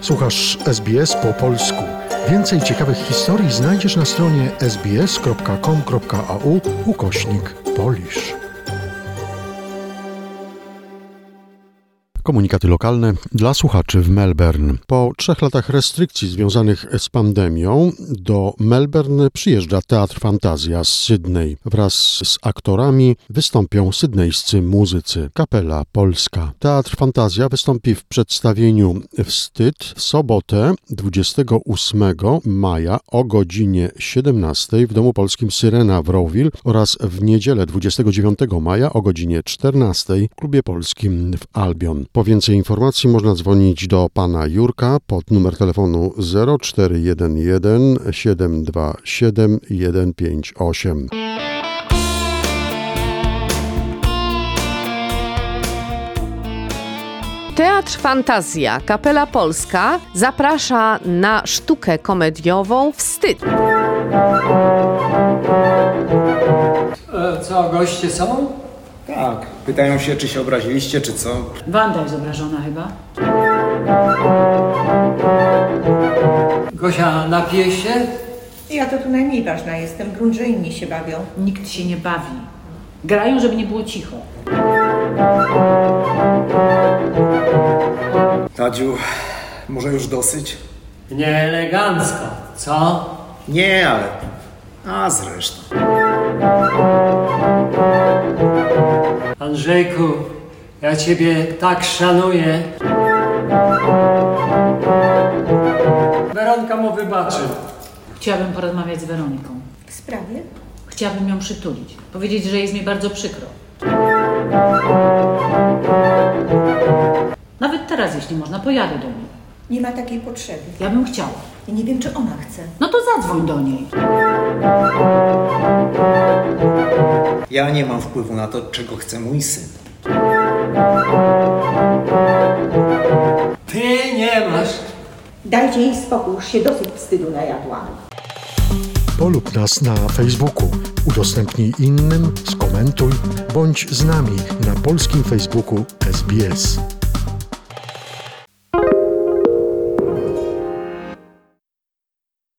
Słuchasz SBS po polsku. Więcej ciekawych historii znajdziesz na stronie sbs.com.au/Polish. Komunikaty lokalne dla słuchaczy w Melbourne. Po 3 latach restrykcji związanych z pandemią do Melbourne przyjeżdża Teatr Fantazja z Sydney. Wraz z aktorami wystąpią sydnejscy muzycy. Kapela Polska. Teatr Fantazja wystąpi w przedstawieniu Wstyd w sobotę 28 maja o godzinie 17 w Domu Polskim Syrena w Rowville oraz w niedzielę 29 maja o godzinie 14 w Klubie Polskim w Albion. Po więcej informacji można dzwonić do pana Jurka pod numer telefonu 0411 727 158. Teatr Fantazja, Kapela Polska zaprasza na sztukę komediową Wstyd. Co, goście są? Tak, pytają się, czy się obraziliście, czy co. Wanda jest obrażona chyba. Gosia, napije się? Ja to tu najmniej ważna jestem. Grunt, że inni się bawią. Nikt się nie bawi. Grają, żeby nie było cicho. Tadziu, może już dosyć? Nieelegancko, co? Nie, ale... A zresztą. Andrzejku, ja ciebie tak szanuję. Weronka mu wybaczy. Chciałabym porozmawiać z Weroniką. W sprawie? Chciałabym ją przytulić. Powiedzieć, że jest mi bardzo przykro. Nawet teraz, jeśli można, pojadę do niej. Nie ma takiej potrzeby. Ja bym chciała. I nie wiem, czy ona chce. No to zadzwoń do niej. Ja nie mam wpływu na to, czego chce mój syn. Ty nie masz. Dajcie jej spokój, już się dosyć wstydu najadła. Polub nas na Facebooku, udostępnij innym, skomentuj, bądź z nami na polskim Facebooku SBS.